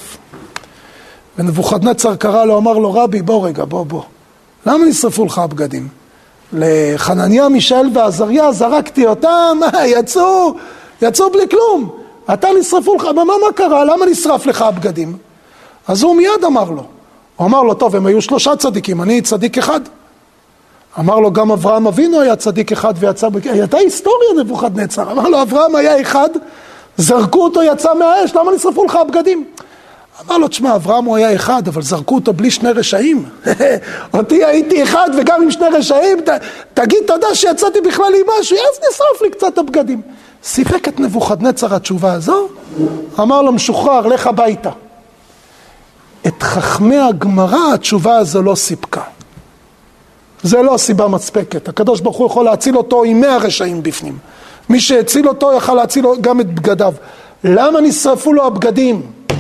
ונבוכדנצר קרא לו, אמר לו, רבי, בוא רגע, בוא, בוא. למה נשרפו לך הבגדים? לחנניה, מישאל ועזריה, זרקתי אותם, יצאו, יצאו בלי כלום. אתה נשרפו לך, מה, מה קרה? למה נשרף לך הבגדים? אז הוא מיד אמר לו. הוא אמר לו, טוב, הם היו שלושה צדיקים, אני צדיק אחד. אמר לו, גם אברהם אבינו היה צדיק אחד ויצא, הייתה היסטוריה נבוכדנצר. אמר לו, אברהם היה אחד, זרקו אותו, יצא מהאש, למה נשרפו לך הבגדים? אמר לו, תשמע, אברהם הוא היה אחד, אבל זרקו אותו בלי שני רשעים. אותי הייתי אחד וגם עם שני רשעים, ת, תגיד תודה שיצאתי בכלל עם משהו, אז נשרף לי קצת הבגדים. סיפק את נבוכדנצר התשובה הזו, אמר לו, משוחרר, לך הביתה. את חכמי הגמרא התשובה הזו לא סיפקה. זה לא סיבה מצפקת. הקדוש ברוך הוא יכול להציל אותו עם מאה רשעים בפנים. מי שהציל אותו יכל להציל גם את בגדיו. למה נשרפו לו הבגדים?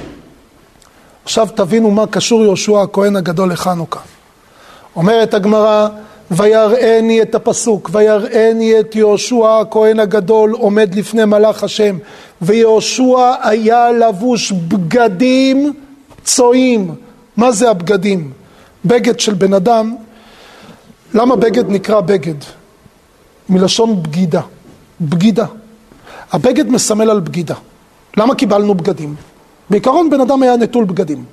עכשיו תבינו מה קשור יהושע הכהן הגדול לחנוכה. אומרת הגמרא, ויראני את הפסוק, ויראני את יהושע הכהן הגדול עומד לפני מלאך השם, ויהושע היה לבוש בגדים צועים. מה זה הבגדים? בגד של בן אדם. למה בגד נקרא בגד? מלשון בגידה. בגידה. הבגד מסמל על בגידה. למה קיבלנו בגדים? בעיקרון בן אדם היה נטול בגדים.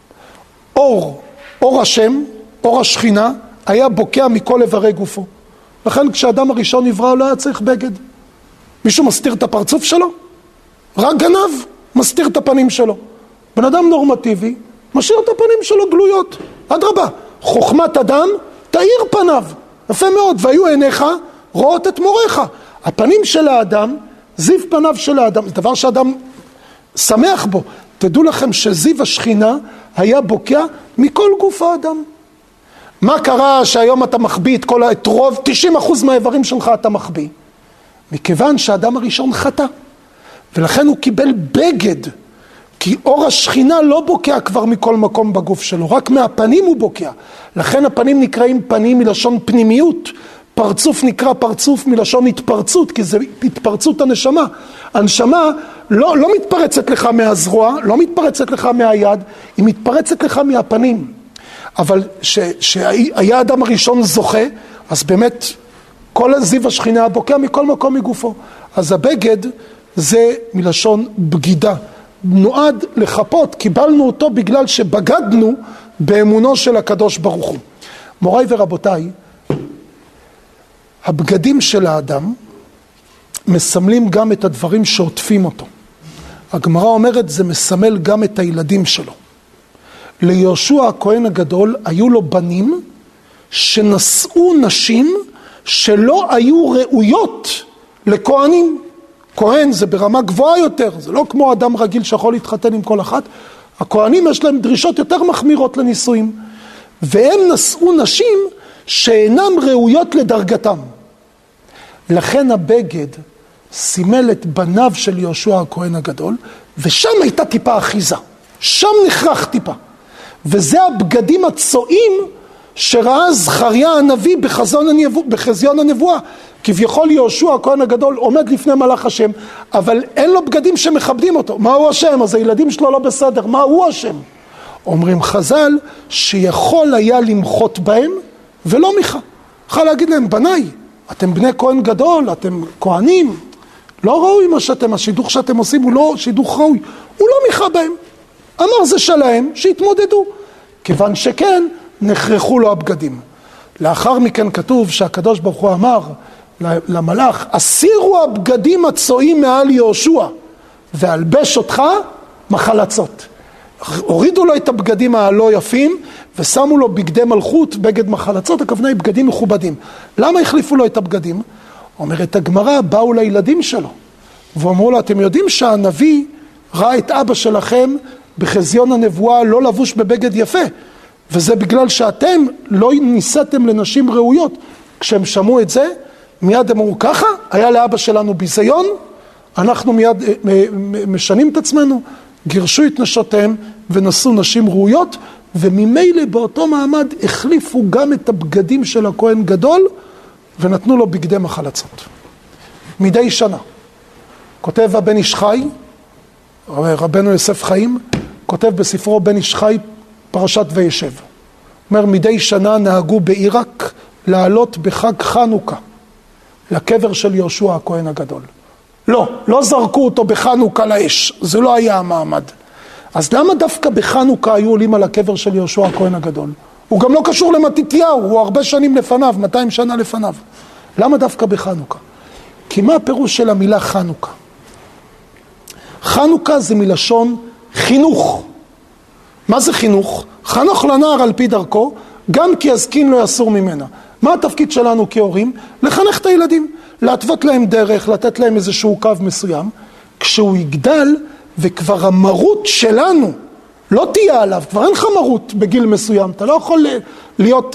אור, אור השם, אור השכינה, היה בוקע מכל איברי גופו. לכן כשאדם הראשון נברא לא היה צריך בגד. מישהו מסתיר את הפרצוף שלו? רק גנב מסתיר את הפנים שלו. בן אדם נורמטיבי משאיר את הפנים שלו גלויות. אדרבה, חוכמת אדם תאיר פניו. יפה מאוד, והיו עיניך רואות את מוריך. הפנים של האדם, זיו פניו של האדם, זה דבר שאדם שמח בו. תדעו לכם שזיו השכינה היה בוקע מכל גוף האדם. מה קרה שהיום אתה מחביא את כל, את רוב, תשעים אחוז מהאיברים שלך אתה מחביא? מכיוון שהאדם הראשון חטא. ולכן הוא קיבל בגד. כי אור השכינה לא בוקע כבר מכל מקום בגוף שלו, רק מהפנים הוא בוקע. לכן הפנים נקראים פנים מלשון פנימיות. פרצוף נקרא פרצוף מלשון התפרצות, כי זה התפרצות הנשמה. הנשמה לא, לא מתפרצת לך מהזרוע, לא מתפרצת לך מהיד, היא מתפרצת לך מהפנים. אבל שהיה אדם הראשון זוכה, אז באמת כל הזיו השכינה בוקע מכל מקום מגופו. אז הבגד זה מלשון בגידה. נועד לחפות, קיבלנו אותו בגלל שבגדנו באמונו של הקדוש ברוך הוא. מוריי ורבותיי, הבגדים של האדם מסמלים גם את הדברים שעוטפים אותו. הגמרא אומרת זה מסמל גם את הילדים שלו. ליהושע הכהן הגדול היו לו בנים שנשאו נשים שלא היו ראויות לכהנים. כהן זה ברמה גבוהה יותר, זה לא כמו אדם רגיל שיכול להתחתן עם כל אחת. הכהנים יש להם דרישות יותר מחמירות לנישואים. והם נשאו נשים שאינם ראויות לדרגתם. לכן הבגד סימל את בניו של יהושע הכהן הגדול, ושם הייתה טיפה אחיזה. שם נחרח טיפה. וזה הבגדים הצועים שראה זכריה הנביא בחזון הנבוא, בחזיון הנבואה. כביכול יהושע הכהן הגדול עומד לפני מלאך השם, אבל אין לו בגדים שמכבדים אותו. מה הוא השם? אז הילדים שלו לא בסדר. מה הוא השם? אומרים חז"ל שיכול היה למחות בהם ולא מיכה. יכול להגיד להם, בניי, אתם בני כהן גדול, אתם כהנים, לא ראוי מה שאתם, השידוך שאתם עושים הוא לא שידוך ראוי, הוא לא מיכה בהם. אמר זה שלהם, שיתמודדו. כיוון שכן, נחרחו לו הבגדים. לאחר מכן כתוב שהקדוש ברוך הוא אמר למלאך, הסירו הבגדים הצועים מעל יהושע, והלבש אותך מחלצות. הורידו לו את הבגדים הלא יפים, ושמו לו בגדי מלכות, בגד מחלצות, הכוונה היא בגדים מכובדים. למה החליפו לו את הבגדים? אומרת הגמרא, באו לילדים שלו, ואומרו לו, אתם יודעים שהנביא ראה את אבא שלכם בחזיון הנבואה לא לבוש בבגד יפה, וזה בגלל שאתם לא ניסיתם לנשים ראויות. כשהם שמעו את זה, מיד אמרו ככה, היה לאבא שלנו ביזיון, אנחנו מיד משנים את עצמנו, גירשו את נשותיהם ונשאו נשים ראויות, וממילא באותו מעמד החליפו גם את הבגדים של הכהן גדול, ונתנו לו בגדי מחלצות. מדי שנה. כותב הבן איש חי, רבנו יוסף חיים, כותב בספרו בן איש חי פרשת וישב. אומר, מדי שנה נהגו בעיראק לעלות בחג חנוכה לקבר של יהושע הכהן הגדול. לא, לא זרקו אותו בחנוכה לאש, זה לא היה המעמד. אז למה דווקא בחנוכה היו עולים על הקבר של יהושע הכהן הגדול? הוא גם לא קשור למתתיהו, הוא הרבה שנים לפניו, מאתיים שנה לפניו. למה דווקא בחנוכה? כי מה הפירוש של המילה חנוכה? חנוכה זה מלשון חינוך. מה זה חינוך? חנוך לנער על פי דרכו, גם כי הזקין לא יסור ממנה. מה התפקיד שלנו כהורים? לחנך את הילדים, להתוות להם דרך, לתת להם איזשהו קו מסוים. כשהוא יגדל וכבר המרות שלנו לא תהיה עליו, כבר אין לך מרות בגיל מסוים, אתה לא יכול להיות,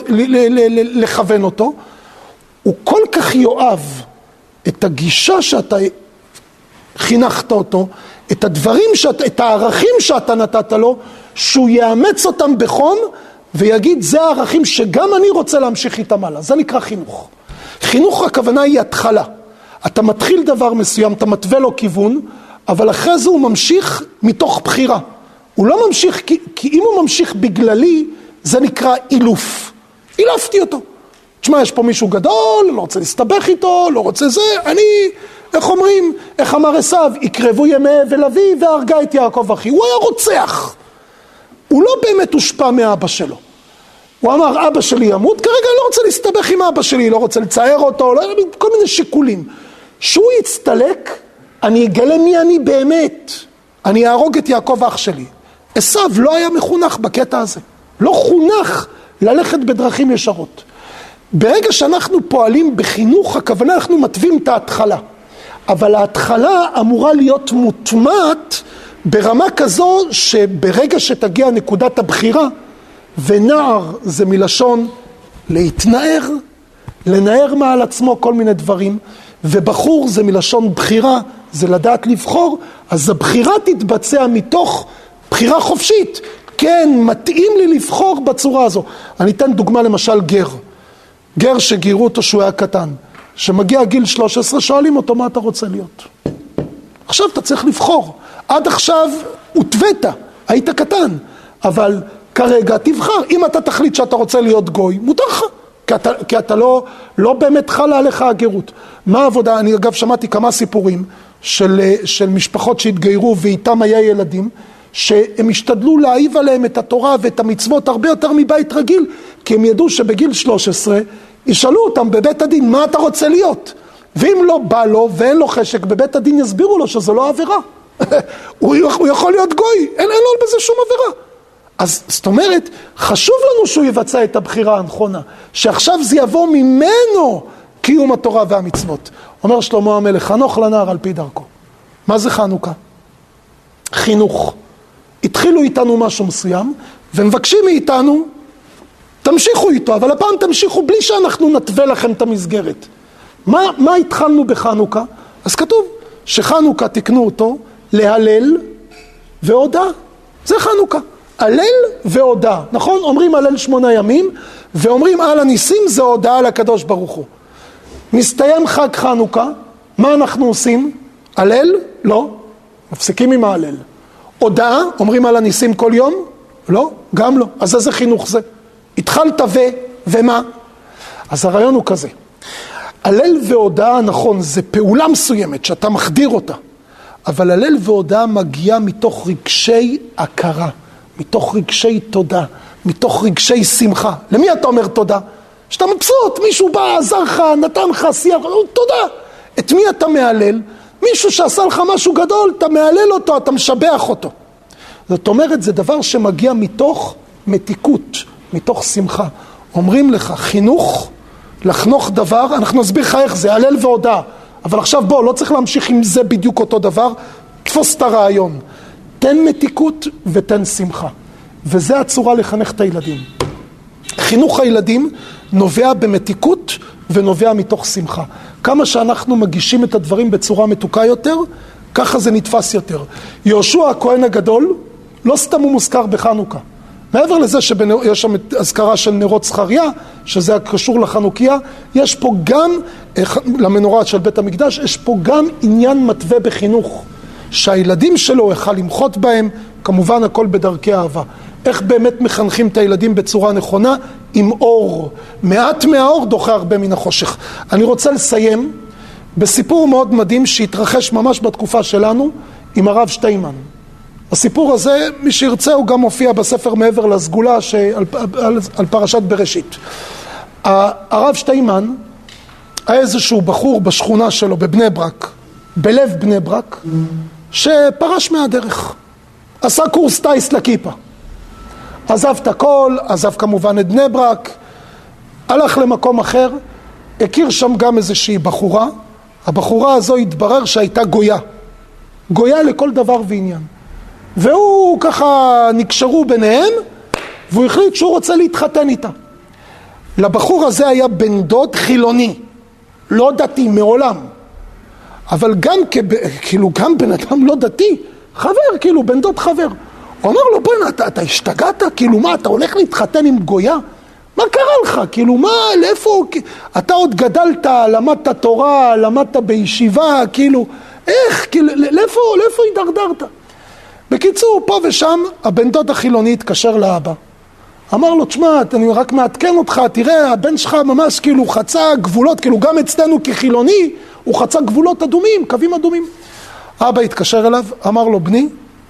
לכוון אותו, הוא כל כך יואב את הגישה שאתה חינכת אותו, את הדברים, שאתה, את הערכים שאתה נתת לו, שהוא יאמץ אותם בחום ויגיד זה הערכים שגם אני רוצה להמשיך איתם הלאה. זה נקרא חינוך. חינוך הכוונה היא התחלה. אתה מתחיל דבר מסוים, אתה מתווה לו כיוון, אבל אחרי זה הוא ממשיך מתוך בחירה. הוא לא ממשיך, כי, כי אם הוא ממשיך בגללי, זה נקרא אילוף. אילפתי אותו. תשמע, יש פה מישהו גדול, לא רוצה להסתבך איתו, לא רוצה זה, אני, איך אומרים, איך אמר עשיו, יקרבו ימי ולוי והרגה את יעקב אחי. הוא היה רוצח. הוא לא באמת הושפע מאבא שלו. הוא אמר, אבא שלי ימות, כרגע אני לא רוצה להסתבך עם אבא שלי, לא רוצה לצייר אותו, לא, כל מיני שיקולים. שהוא יצטלק, אני אגלה מי אני באמת. אני אהרוג את יעקב אח שלי. עשיו לא היה מחונך בקטע הזה. לא חונך ללכת בדרכים ישרות. ברגע שאנחנו פועלים בחינוך, הכוונה אנחנו מטבים את ההתחלה. אבל ההתחלה אמורה להיות מוטמעת ברמה כזו שברגע שתגיע נקודת הבחירה, ונער זה מלשון להתנער, לנער מעל עצמו כל מיני דברים, ובחור זה מלשון בחירה, זה לדעת לבחור, אז הבחירה תתבצע מתוך בחירה חופשית. כן, מתאים לי לבחור בצורה הזו. אני אתן דוגמה למשל גר. גר שגירו אותו שהוא היה קטן. שמגיע גיל שלוש עשרה שואלים אותו מה אתה רוצה להיות. עכשיו אתה צריך לבחור. עד עכשיו הותווית, היית קטן. אבל כרגע תבחר. אם אתה תחליט שאתה רוצה להיות גוי, מותר לך. כי אתה, כי אתה לא, לא באמת חלה עליך הגירות. מה העבודה? אני אגב שמעתי כמה סיפורים של, של משפחות שהתגיירו ואיתם היה ילדים, שהם השתדלו להעיב עליהם את התורה ואת המצוות הרבה יותר מבית רגיל, כי הם ידעו שבגיל שלוש עשרה ישאלו אותם בבית הדין, מה אתה רוצה להיות? ואם לא בא לו ואין לו חשק, בבית הדין יסבירו לו שזו לא עבירה. הוא, הוא יכול להיות גוי, אין, אין לו בזה שום עבירה. אז זאת אומרת, חשוב לנו שהוא יבצע את הבחירה הנכונה, שעכשיו זה יבוא ממנו קיום התורה והמצוות. אומר שלמה המלך, חנוך לנער על פי דרכו. מה זה חנוכה? חינוך. התחילו איתנו משהו מסוים, ומבקשים מאיתנו, תמשיכו איתו, אבל הפעם תמשיכו בלי שאנחנו נתווה לכם את המסגרת. מה, מה התחלנו בחנוכה? אז כתוב שחנוכה תקנו אותו להלל והודעה. זה חנוכה. הלל והודעה, נכון? אומרים הלל שמונה ימים, ואומרים על הניסים זה הודעה לקדוש ברוך הוא. מסתיים חג חנוכה, מה אנחנו עושים? הלל? לא. מפסיקים עם ההלל. הודעה, אומרים על הניסים כל יום? לא, גם לא. אז איזה חינוך זה? התחלת ו, ומה? אז הרעיון הוא כזה. הלל והודעה, נכון, זה פעולה מסוימת שאתה מחדיר אותה. אבל הלל והודעה מגיעה מתוך רגשי הכרה. מתוך רגשי תודה, מתוך רגשי שמחה. למי אתה אומר תודה? שאתה מבסוט, מישהו בא, עזר לך, נתן לך, סייע, תודה. את מי אתה מהלל? מישהו שעשה לך משהו גדול, אתה מהלל אותו, אתה משבח אותו. זאת אומרת, זה דבר שמגיע מתוך מתיקות, מתוך שמחה. אומרים לך, חינוך, לחנוך דבר, אנחנו נסביר לך איך זה, הלל והודעה. אבל עכשיו בוא, לא צריך להמשיך עם זה בדיוק אותו דבר, תפוס את הרעיון. תן מתיקות ותן שמחה. וזה הצורה לחנך את הילדים. חינוך הילדים נובע במתיקות ונובע מתוך שמחה. כמה שאנחנו מגישים את הדברים בצורה מתוקה יותר, ככה זה נתפס יותר. יהושע הכהן הגדול, לא סתם הוא מוזכר בחנוכה. מעבר לזה שיש שם הזכרה של נרות זכריה, שזה קשור לחנוכיה, יש פה גם, למנורה של בית המקדש, יש פה גם עניין מתווה בחינוך. שהילדים שלו יוכל למחות בהם, כמובן הכל בדרכי אהבה. איך באמת מחנכים את הילדים בצורה נכונה? עם אור. מעט מהאור דוחה הרבה מן החושך. אני רוצה לסיים בסיפור מאוד מדהים שהתרחש ממש בתקופה שלנו עם הרב שטיינמן. הסיפור הזה, מי שירצה, הוא גם מופיע בספר מעבר לסגולה שעל, על, על פרשת בראשית. הרב שטיינמן היה איזשהו בחור בשכונה שלו בבני ברק, בלב בני ברק, שפרש מהדרך. עשה קורס טייס לכיפה. עזב את הכל, עזב כמובן את בני ברק, הלך למקום אחר, הכיר שם גם איזושהי בחורה. הבחורה הזו התברר שהייתה גויה. גויה לכל דבר ועניין. והוא ככה נקשרו ביניהם, והוא החליט שהוא רוצה להתחתן איתה. לבחור הזה היה בן דוד חילוני, לא דתי מעולם. אבל גם, כאילו, גם בן אדם לא דתי, חבר, כאילו, בן דוד חבר. הוא אמר לו, בואי, אתה, אתה השתגעת? כאילו, מה, אתה הולך להתחתן עם גויה? מה קרה לך? כאילו, מה, לאיפה? אתה עוד גדלת, למדת תורה, למדת בישיבה, כאילו, איך, כאילו, לאיפה, לאיפה הידרדרת? בקיצור, פה ושם, הבן דוד החילוני התקשר לאבא. אמר לו, תשמע, אני רק מעדכן אותך, תראה, הבן שלך ממש כאילו חצה גבולות, כאילו גם אצלנו כחילוני, הוא חצה גבולות אדומים, קווים אדומים. אבא התקשר אליו, אמר לו, בני,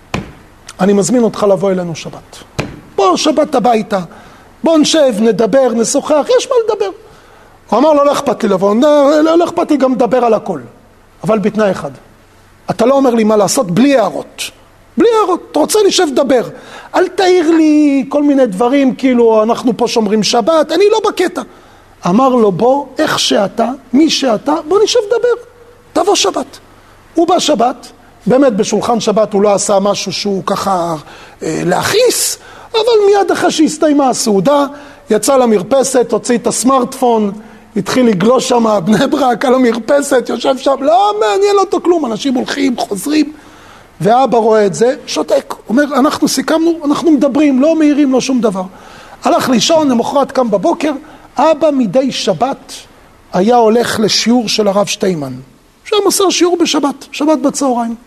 אני מזמין אותך לבוא אלינו שבת. בוא, שבת הביתה, בוא נשב, נדבר, נשוחח, יש מה לדבר. הוא אמר לו, לא אכפת לי לבוא, לא, לא אכפת לי גם לדבר על הכל. אבל בתנאי אחד, אתה לא אומר לי מה לעשות בלי הערות. בלי הערות, אתה רוצה להישב דבר. אל תעיר לי כל מיני דברים, כאילו אנחנו פה שומרים שבת, אני לא בקטע. אמר לו, בוא, איך שאתה, מי שאתה, בוא נשב דבר, תבוא שבת. הוא בא שבת, באמת בשולחן שבת הוא לא עשה משהו שהוא ככה אה, להכיס, אבל מיד אחרי שהסתיימה הסעודה, יצא למרפסת, הוציא את הסמארטפון, התחיל לגלוש שם, בני ברק על המרפסת, יושב שם, לא מעניין אותו כלום, אנשים הולכים, חוזרים, ואבא רואה את זה, שותק, אומר, אנחנו סיכמנו, אנחנו מדברים, לא מהירים, לא שום דבר. הלך לישון, למחרת קם בבוקר, אבא מדי שבת היה הולך לשיעור של הרב שטיינמן, שהיה מוסר שיעור בשבת, שבת בצהריים.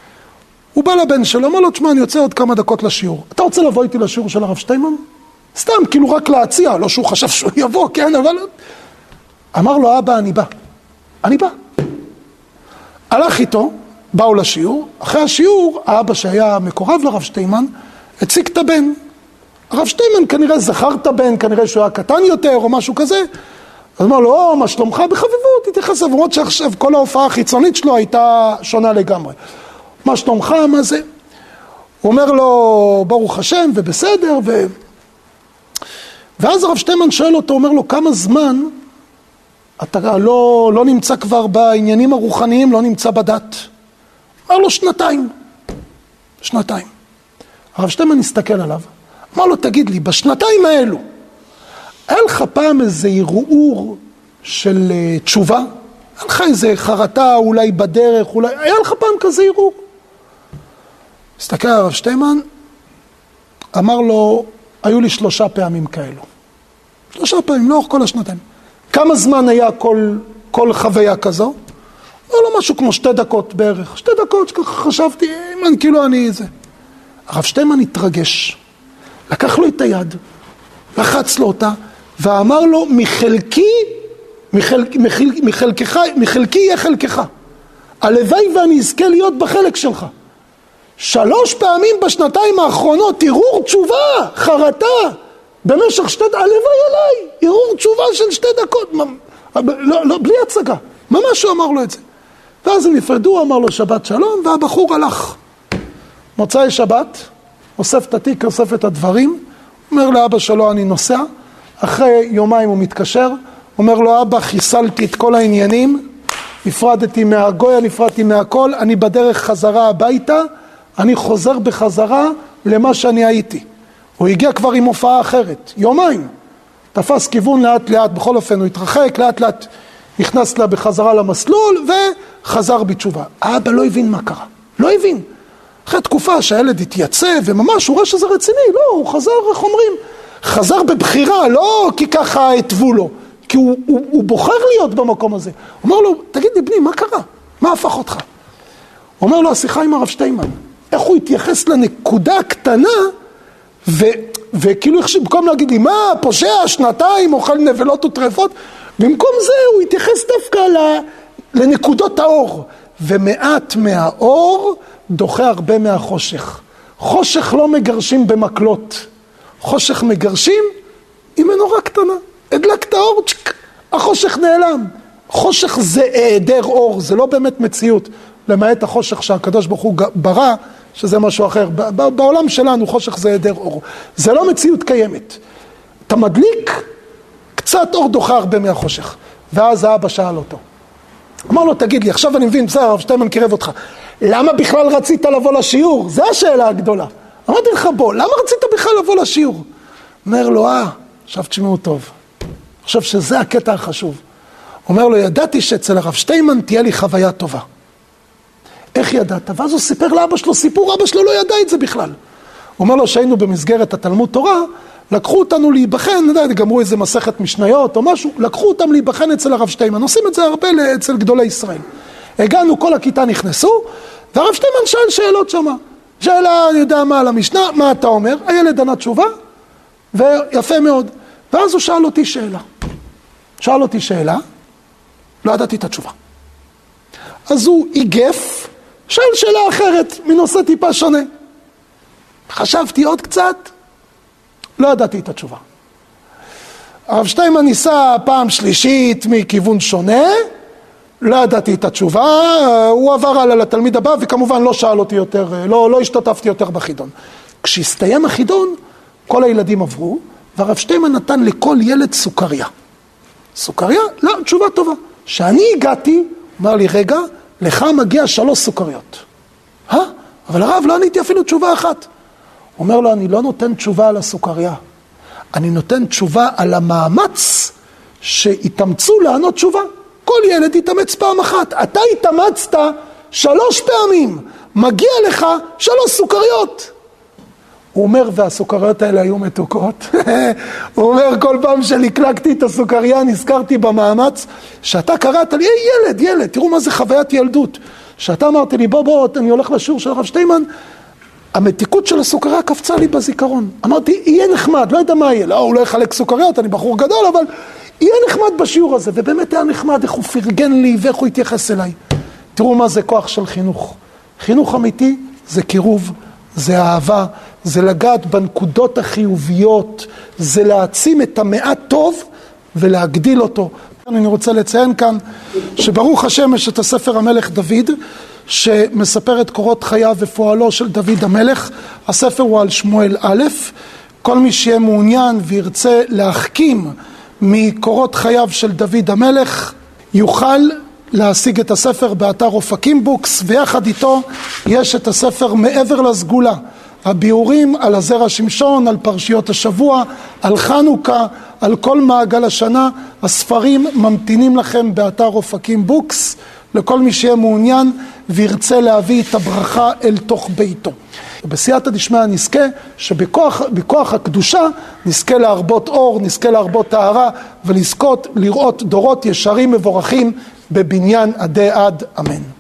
הוא בא לבן שלו, אמר לו, תשמע, אני יוצא עוד כמה דקות לשיעור. אתה רוצה לבוא איתי לשיעור של הרב שטיינמן? סתם, כאילו רק להציע, לא שהוא חשב שהוא יבוא, כן, אבל... אמר לו, אבא, אני בא. אני בא. הלך איתו, באו לשיעור, אחרי השיעור, האבא שהיה מקורב לרב שטיינמן, הציג את הבן. הרב שטיינמן כנראה זכר את הבן, כנראה שהוא היה קטן יותר או משהו כזה. אז אמר לו, או, מה שלומך? בחביבות, תתייחס, למרות שעכשיו כל ההופעה החיצונית שלו הייתה שונה לגמרי. מה שלומך? מה זה? הוא אומר לו, ברוך השם, ובסדר, ו... ואז הרב שטיינמן שואל אותו, אומר לו, כמה זמן אתה לא, לא נמצא כבר בעניינים הרוחניים, לא נמצא בדת? אמר לו, שנתיים. שנתיים. הרב שטיינמן הסתכל עליו, אמר לו, תגיד לי, בשנתיים האלו, היה לך פעם איזה ערעור של uh, תשובה? היה לך איזה חרטה אולי בדרך, אולי... היה לך פעם כזה ערעור? הסתכל על הרב שטיינמן, אמר לו, היו לי שלושה פעמים כאלו. שלושה פעמים, לאורך כל השנתיים. כמה זמן היה כל, כל חוויה כזו? לא, לא משהו כמו שתי דקות בערך. שתי דקות שככה חשבתי, man, כאילו אני זה. הרב שטיינמן התרגש, לקח לו את היד, לחץ לו אותה, ואמר לו, מחלקי, מחל, מחל, מחלקך, מחלקי יהיה חלקך. הלוואי ואני אזכה להיות בחלק שלך. שלוש פעמים בשנתיים האחרונות, ערעור תשובה, חרטה, במשך שתי, הלוואי עליי, ערעור תשובה של שתי דקות, לא, לא, בלי הצגה, ממש הוא אמר לו את זה. ואז הם נפרדו, אמר לו שבת שלום, והבחור הלך. מוצאי שבת, אוסף את התיק, אוסף את הדברים, אומר לאבא שלו, אני נוסע, אחרי יומיים הוא מתקשר, אומר לו, אבא, חיסלתי את כל העניינים, נפרדתי מהגויה, נפרדתי מהכל, אני בדרך חזרה הביתה, אני חוזר בחזרה למה שאני הייתי. הוא הגיע כבר עם הופעה אחרת, יומיים. תפס כיוון לאט לאט, בכל אופן הוא התרחק, לאט לאט נכנס לה בחזרה למסלול וחזר בתשובה. האבא לא הבין מה קרה, לא הבין. אחרי תקופה שהילד התייצב וממש הוא רואה שזה רציני, לא, הוא חזר, איך אומרים, חזר בבחירה, לא כי ככה הטבו לו, כי הוא, הוא, הוא בוחר להיות במקום הזה. הוא אומר לו, תגיד לי בני, מה קרה? מה הפך אותך? הוא אומר לו, השיחה עם הרב שטיינמן. איך הוא התייחס לנקודה הקטנה, ו, וכאילו במקום להגיד לי, מה, פושע, שנתיים, אוכל נבלות וטרפות, במקום זה הוא התייחס דווקא לנקודות האור, ומעט מהאור דוחה הרבה מהחושך. חושך לא מגרשים במקלות, חושך מגרשים עם מנורה קטנה. הדלקת האור, צ'ק, החושך נעלם. חושך זה היעדר אור, זה לא באמת מציאות, למעט החושך שהקדוש ברוך הוא ברא, שזה משהו אחר. בעולם שלנו חושך זה היעדר אור, זה לא מציאות קיימת. אתה מדליק, קצת אור דוחה הרבה מהחושך. ואז האבא שאל אותו, אמר לו, תגיד לי, עכשיו אני מבין, בסדר, הרב שטיינמן קירב אותך, למה בכלל רצית לבוא לשיעור? זו השאלה הגדולה. אמרתי לך, בוא, למה רצית בכלל לבוא לשיעור? אומר לו, אה, עכשיו תשמעו טוב, עכשיו שזה הקטע החשוב. אומר לו, ידעתי שאצל הרב שטיינמן תהיה לי חוויה טובה. איך ידעת? ואז הוא סיפר לאבא שלו סיפור, אבא שלו לא ידע את זה בכלל. הוא אומר לו שהיינו במסגרת התלמוד תורה, לקחו אותנו להיבחן, לא יודע, גמרו איזה מסכת משניות או משהו, לקחו אותם להיבחן אצל הרב שטיינמן, עושים את זה הרבה אצל גדולי ישראל. הגענו, כל הכיתה נכנסו, והרב שטיינמן שאל שאלות שמה. שאלה, אני יודע מה על המשנה, מה אתה אומר? הילד ענה תשובה, ויפה מאוד. ואז הוא שאל אותי שאלה. שאל אותי שאלה, לא ידעתי את התשובה. אז הוא איגף, שאל שאלה אחרת, מנושא טיפה שונה. חשבתי עוד קצת, לא ידעתי את התשובה. הרב שטיינמן ניסה פעם שלישית מכיוון שונה, לא ידעתי את התשובה, הוא עבר הלאה לתלמיד הבא, וכמובן לא שאל אותי יותר, לא, לא השתתפתי יותר בחידון. כשהסתיים החידון, כל הילדים עברו, והרב שטיינמן נתן לכל ילד סוכריה. סוכריה? לא, תשובה טובה. כשאני הגעתי, אמר לי, רגע, לך מגיע שלוש סוכריות. אה? אבל הרב, לא עניתי אפילו תשובה אחת. אומר לו, אני לא נותן תשובה על הסוכריה. אני נותן תשובה על המאמץ שהתאמצו לענות תשובה. כל ילד יתאמץ פעם אחת. אתה התאמצת שלוש פעמים. מגיע לך שלוש סוכריות. הוא אומר, והסוכריות האלה היו מתוקות. הוא אומר, כל פעם שלקלקתי את הסוכריה, נזכרתי במאמץ, שאתה קראת לי, היי ילד, ילד, תראו מה זה חוויית ילדות. שאתה אמרתי לי, בוא, בוא, אני הולך לשיעור של הרב שטיינמן, המתיקות של הסוכריה קפצה לי בזיכרון. אמרתי, יהיה נחמד, לא יודע מה יהיה, לא, הוא לא יחלק סוכריות, אני בחור גדול, אבל יהיה נחמד בשיעור הזה, ובאמת היה נחמד איך הוא פרגן לי ואיך הוא התייחס אליי. תראו מה זה כוח של חינוך. חינוך אמיתי זה קירוב, זה אהבה, זה לגעת בנקודות החיוביות, זה להעצים את המעט טוב ולהגדיל אותו. אני רוצה לציין כאן שברוך השם יש את הספר המלך דוד, שמספר את קורות חייו ופועלו של דוד המלך. הספר הוא על שמואל א', כל מי שיהיה מעוניין וירצה להחכים מקורות חייו של דוד המלך, יוכל להשיג את הספר באתר אופקים בוקס, ויחד איתו יש את הספר מעבר לסגולה, הביאורים על הזרע שמשון, על פרשיות השבוע, על חנוכה, על כל מעגל השנה. הספרים ממתינים לכם באתר אופקים בוקס, לכל מי שיהיה מעוניין וירצה להביא את הברכה אל תוך ביתו. בסייעתא דשמיא נזכה שבכוח בכוח הקדושה נזכה להרבות אור, נזכה להרבות טהרה, ולזכות לראות דורות ישרים מבורכים בבניין עדי עד, אמן.